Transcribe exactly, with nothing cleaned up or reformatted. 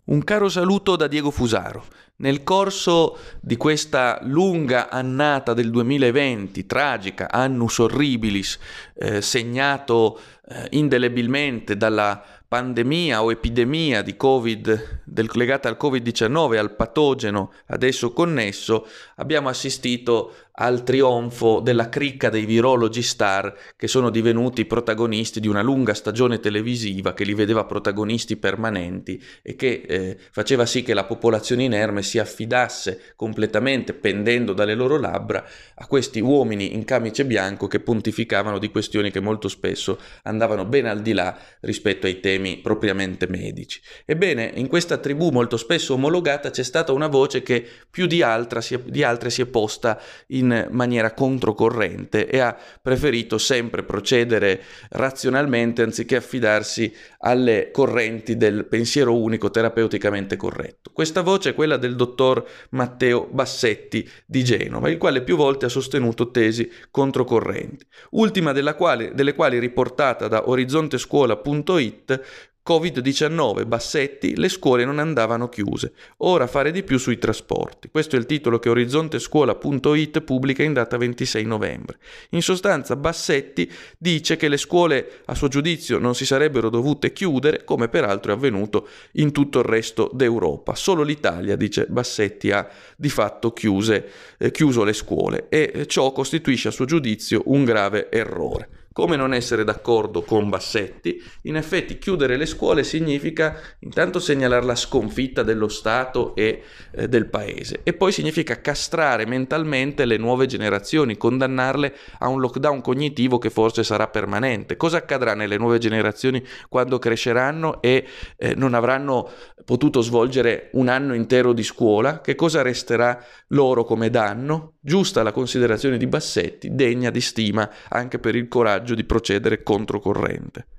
Un caro saluto da Diego Fusaro. Nel corso di questa lunga annata del duemilaventi, tragica, annus horribilis, eh, segnato eh, indelebilmente dalla pandemia o epidemia di Covid, del, legata al covid diciannove, al patogeno ad esso connesso, abbiamo assistito al trionfo della cricca dei virologi star che sono divenuti protagonisti di una lunga stagione televisiva che li vedeva protagonisti permanenti e che eh, faceva sì che la popolazione inerme si affidasse completamente, pendendo dalle loro labbra, a questi uomini in camice bianco che pontificavano di questioni che molto spesso andavano ben al di là rispetto ai temi propriamente medici. Ebbene, in questa tribù molto spesso omologata c'è stata una voce che più di, altra si è, di altre si è posta in maniera controcorrente e ha preferito sempre procedere razionalmente anziché affidarsi alle correnti del pensiero unico terapeuticamente corretto. Questa voce è quella del dottor Matteo Bassetti di Genova, il quale più volte ha sostenuto tesi controcorrenti, ultima della quale, delle quali riportata da orizontescuola punto it. covid diciannove, Bassetti, le scuole non andavano chiuse, ora fare di più sui trasporti. Questo è il titolo che orizontescuola punto it pubblica in data ventisei novembre. In sostanza Bassetti dice che le scuole a suo giudizio non si sarebbero dovute chiudere, come peraltro è avvenuto in tutto il resto d'Europa. Solo l'Italia, dice Bassetti, ha di fatto chiuse, eh, chiuso le scuole e ciò costituisce a suo giudizio un grave errore. Come non essere d'accordo con Bassetti? In effetti chiudere le scuole significa intanto segnalare la sconfitta dello Stato e eh, del Paese e poi significa castrare mentalmente le nuove generazioni, condannarle a un lockdown cognitivo che forse sarà permanente. Cosa accadrà nelle nuove generazioni quando cresceranno e eh, non avranno potuto svolgere un anno intero di scuola? Che cosa resterà loro come danno? Giusta la considerazione di Bassetti, degna di stima anche per il coraggio di procedere controcorrente.